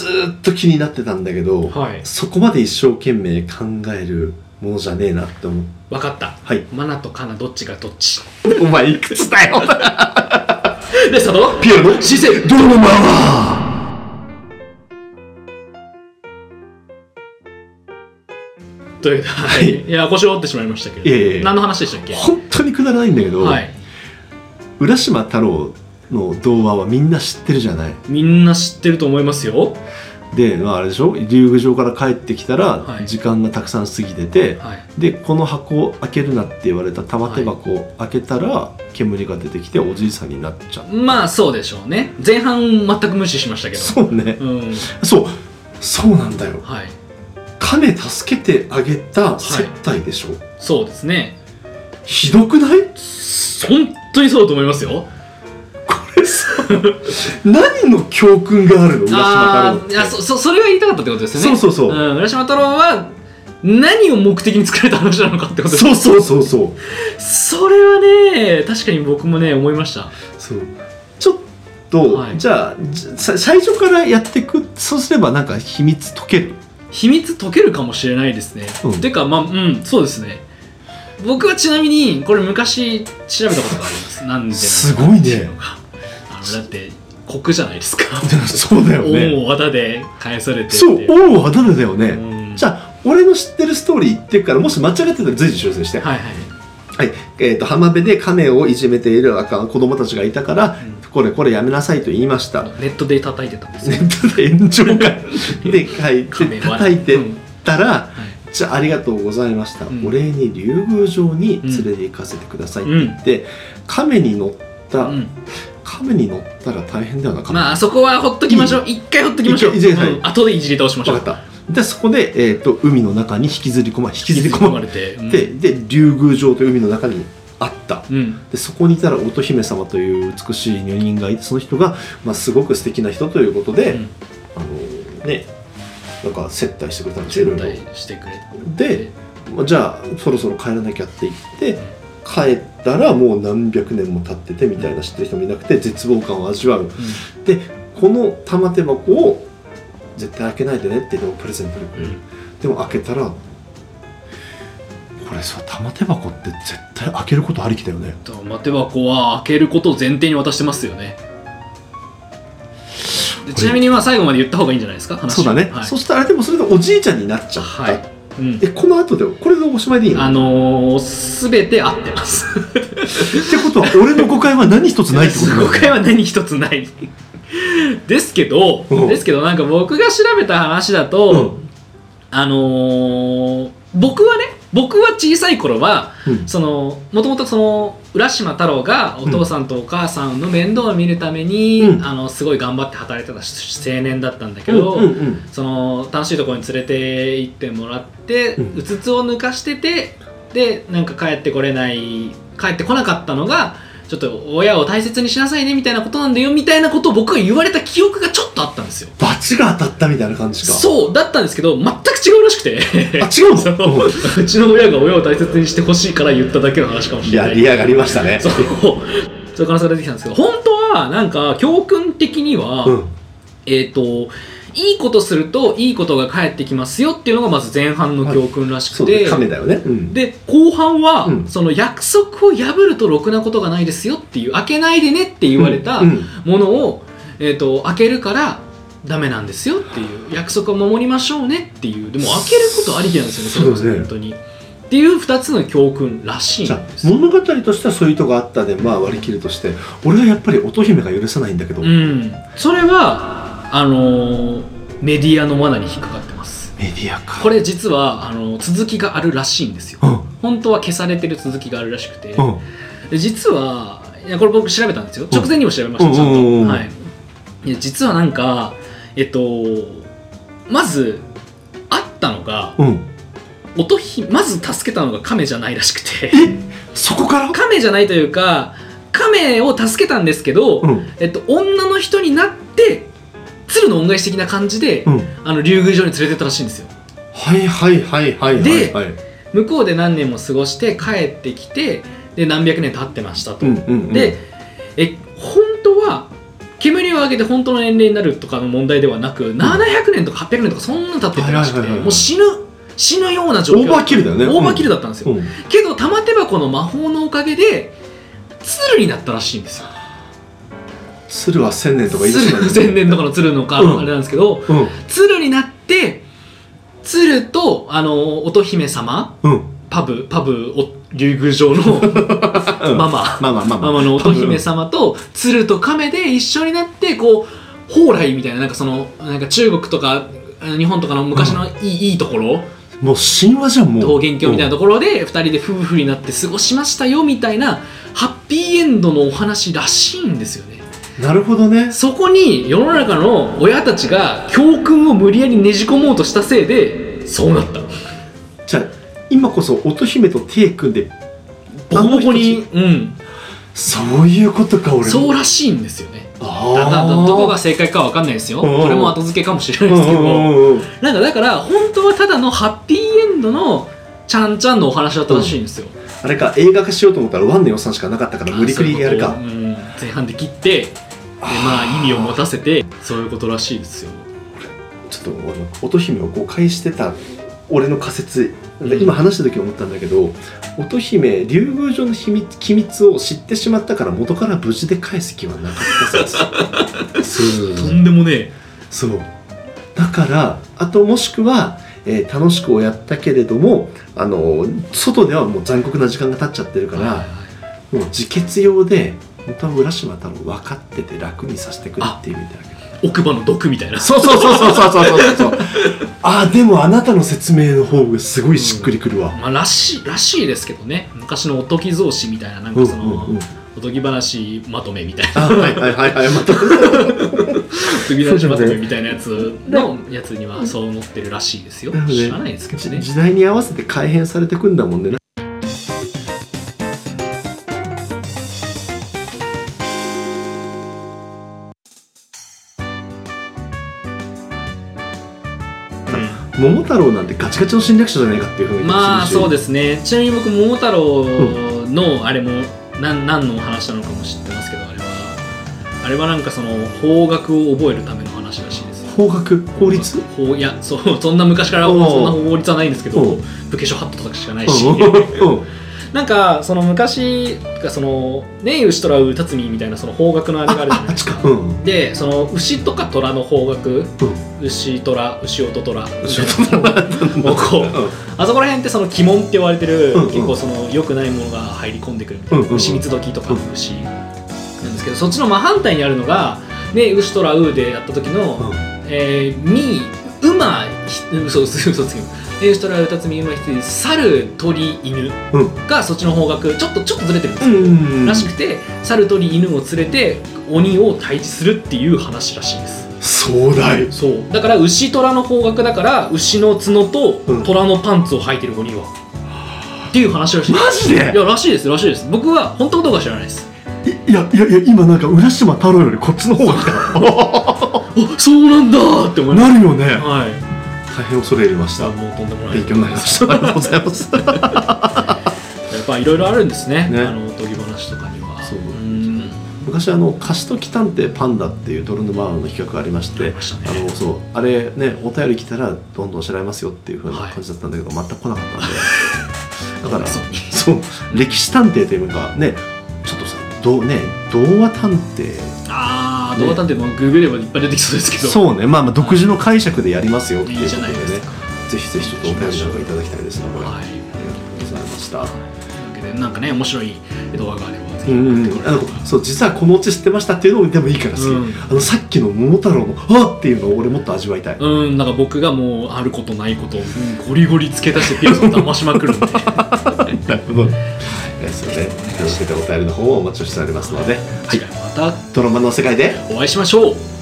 ずーっと気になってたんだけど、 はい、 そこまで一生懸命考えるものじゃねえなって思って。 分かった。 はい。 マナとカナどっちがどっち？ お前いくつだよ。 で、佐藤ピアノ姿勢どのままという、はい、いや腰を折ってしまいましたけど、何の話でしたっけ？ 本当にくだらないんだけど、 はい、 浦島太郎の童話はみんな知ってるじゃない。 みんな知ってると思いますよ。 で、まあ、あれでしょ、竜宮城から帰ってきたら、 はい、 時間がたくさん過ぎてて、 はい、 でこの箱を開けるなって言われた玉手箱を開けたら、はい、煙が出てきておじいさんになっちゃう。 まあそうでしょうね。前半全く無視しましたけど。 そうね、うん、そうなんだよ、はい、亀助けてあげた接待でしょ、はい、 そうですね。 ひどくない？ 本当にそうだと思いますよ。 これさ何の教訓があるの？浦島太郎って。 いや、それが言いたかったってことですよね。 そうそうそう、 うん、浦島太郎は何を目的に作られた話なのかってことです。 そうそれはね、確かに僕もね思いました。 そう、ちょっと、はい、じゃあ最初からやっていく。そうすればなんか秘密解ける。 秘密解けるかもしれないですね、うん、てかまあそうですね。僕はちなみにこれ昔調べたことがあります。なんですごいね。 だって国じゃないですか。 そうだよね。 王を仇で返されて。 そう、王を仇でだよね、うん、じゃあ俺の知ってるストーリー言ってるから、もし間違ってたら随時修正して。はいはいはい。浜辺で亀をいじめている子供たちがいたから、うん、これやめなさいと言いました。 ネットで叩いてたんですよ。 ネットで炎上会で書いて叩いてたら、うん、はい、じゃあありがとうございました、うん、お礼に竜宮城に連れて行かせてくださいって言って、うん、亀に乗ったら大変だよな。 まあそこはほっときましょう。一回ほっときましょう。後でいじり倒しましょう。 分かった。でそこで、海の中に引きずり込まれて、うん、で竜宮城という海の中にあった、うん、でそこにいたら乙姫様という美しい女人がいて、その人が、まあ、すごく素敵な人ということで、うん、なんか接待してくれたんですよ。 接待してくれで、じゃあそろそろ帰らなきゃって言って、帰ったらもう何百年も経っててみたいな、知ってる人もいなくて絶望感を味わう、うん、でこの玉手箱を絶対開けないでねってでもプレゼントでくれる、うん、でも開けたらこれさ、玉手箱って絶対開けることありきだよね。 玉手箱は開けることを前提に渡してますよね。でちなみにまあ最後まで言った方がいいんじゃないですか、話。そうだね、はい、そしたらでもそれでおじいちゃんになっちゃった、はい、うん、この後でこれでおしまいでいいの？ 全て合ってますってことは俺の誤解は何一つないってことだよね。 誤解は何一つないですけどなんか僕が調べた話だと、うん、僕は小さい頃は、うん、もともと浦島太郎がお父さんとお母さんの面倒を見るために、うん、すごい頑張って働いてた青年だったんだけど、楽しいところに連れて行ってもらって、うん、うつつを抜かしてて、でなんか帰ってこなかったのがちょっと親を大切にしなさいねみたいなことなんだよみたいなことを僕が言われた記憶がちょっとあったんですよ。 罰が当たったみたいな感じか。 そうだったんですけど、全く違うらしくてあ、違うのうちの親が親を大切にしてほしいから言っただけの話かもしれない。 いや、リアがありましたね。 そういう可能性が出てきたんですけど、本当はなんか教訓的には、うん、いいことするといいことが返ってきますよっていうのがまず前半の教訓らしくて、 亀だよね、うん、 で後半は、うん、その約束を破るとろくなことがないですよっていう、開けないでねって言われたものを、開けるからダメなんですよっていう、約束を守りましょうねっていう。でも開けることありきなんですよね、それこそ本当にっていう2つの教訓らしいんです。 物語としてはそういう意図があったで、まあ割り切るとして、俺はやっぱり乙姫が許さないんだけど、うん、 それはメディアの罠に引っかかってます。 メディアか。 これ実は続きがあるらしいんですよ、うん、本当は消されてる続きがあるらしくて、うん、で実はいやこれ僕調べたんですよ、直前にも調べました、ちゃんと、はい、いや実はなんかまずあったのが、うん、まず助けたのが亀じゃないらしくてそこから亀じゃないというか、亀を助けたんですけど、うん、女の人になって鶴の恩返し的な感じで、うん、竜宮城に連れてったらしいんですよ。 はいはいはいはいはい、 で、向こうで何年も過ごして帰ってきて、で何百年経ってましたと、うんうんうん、で本当は煙を上げて本当の年齢になるとかの問題ではなく、700年とか800年とかそんな経ってたらしくて、もう死ぬような状況、 オーバーキルだよね。 オーバーキルだったんですよ、 うん、 けど玉手箱の魔法のおかげで鶴になったらしいんですよ。 鶴は1000年とか言い出すの 1000年とかの鶴のか、あれなんですけど、鶴になって鶴と乙姫様、パブ竜宮城のママの乙姫様と鶴と亀で一緒になって、こう蓬莱みたいな、なんか中国とか日本とかの昔のいいところ、 もう神話じゃん。もう桃源郷みたいなところで2人で夫婦になって過ごしましたよみたいなハッピーエンドのお話らしいんですよね。 なるほどね。 そこに世の中の親たちが教訓を無理やりねじ込もうとしたせいでそうなった。 じゃあ今こそ乙姫と手組んでボコボコに、 そういうことか。俺もそうらしいんですよね。どこが正解かは分かんないですよ。これも後付けかもしれないですけど、なんかだから本当はただのハッピーエンドのちゃんちゃんのお話だったらしいんですよ。 あれか、映画化しようと思ったらワンの予算しかなかったから無理くりやるか。 前半で切って意味を持たせて、そういうことらしいですよ。 ちょっと乙姫を誤解してた俺の仮説、今話した時思ったんだけど、乙姫竜宮城の機密を知ってしまったから元から無事で返す気はなかったそうです。 とんでもねえ。 そうだから、あともしくは、楽しくをやったけれども外ではもう残酷な時間が経っちゃってるから、もう自決用で本当は浦島太郎分かってて楽にさせてくれっていうみたいな。 奥歯の毒みたいな。 そうでもあなたの説明の方がすごいしっくりくるわ。 らしいですけどね。昔のおとぎ草子みたいな、なんかおとぎ話まとめみたいな、まとめおとぎ話まとめみたいなやつにはそう載ってるらしいですよ。知らないですけどね。 時代に合わせて改変されてくんだもんね。桃太郎なんてガチガチの侵略者じゃないかっていうふうに。 まあそうですね。ちなみに僕桃太郎のあれも何の話なのかも知ってますけど、あれはなんかその法学を覚えるための話らしいです。 法学？法律？ いや、そんな昔からそんな法律はないんですけど、武家諸法度とかしかないし、なんかその昔そのね、牛虎う辰巳みたいなその法学のあれがあるじゃないですか。でその牛とか虎の法学、牛虎牛音虎みたいなこうあそこら辺ってその鬼門って言われてる、結構その良くないものが入り込んでくるみたいな、牛蜜時とかの牛なんですけど、そっちの真反対にあるのがね、牛虎うでやった時の馬嘘つき牛虎う辰巳馬羊猿鳥犬がそっちの方角ちょっとずれてるんですよ、らしくて、猿鳥犬を連れて鬼を退治するっていう話らしいです。 壮大。 そうだから牛虎の方角だから牛の角と虎のパンツを履いてる鬼は、っていう話らしいです。 マジで？ いやらしいです。僕は本当かどうか知らないです。 いや今なんか浦島太郎よりこっちの方が来たあ、そうなんだって思いました。 なるよね。 はい、 大変恐れ入りました。 もうとんでもない勉強になりました。ありがとうございます。 やっぱいろいろあるんですね。おとぎ話とかには。そう。 昔貸しとき探偵パンダっていう泥沼の企画がありまして、あれね、お便り来たらどんどん調べますよっていう風な感じだったんだけど、全く来なかったんで、だからそう歴史探偵というかね、ちょっとさ童話探偵、 童話探偵もググればいっぱい出てきそうですけど、 そうね、独自の解釈でやりますよっていうことでね、ぜひちょっとお便りなんかいただきたいですね。これ、ありがとうございました。 なんかね、面白い動画があればぜひ。 そう、実はこのオチ知ってましたっていうのでもいいからさっきの桃太郎のあっていうのを俺もっと味わいたい。 なんか僕がもうあることないことをゴリゴリつけ出してピアスを騙しまくるんで。なるほど。ですので、お便りの方をお待ちしておりますので、 次回またドラマの世界でお会いしましょう。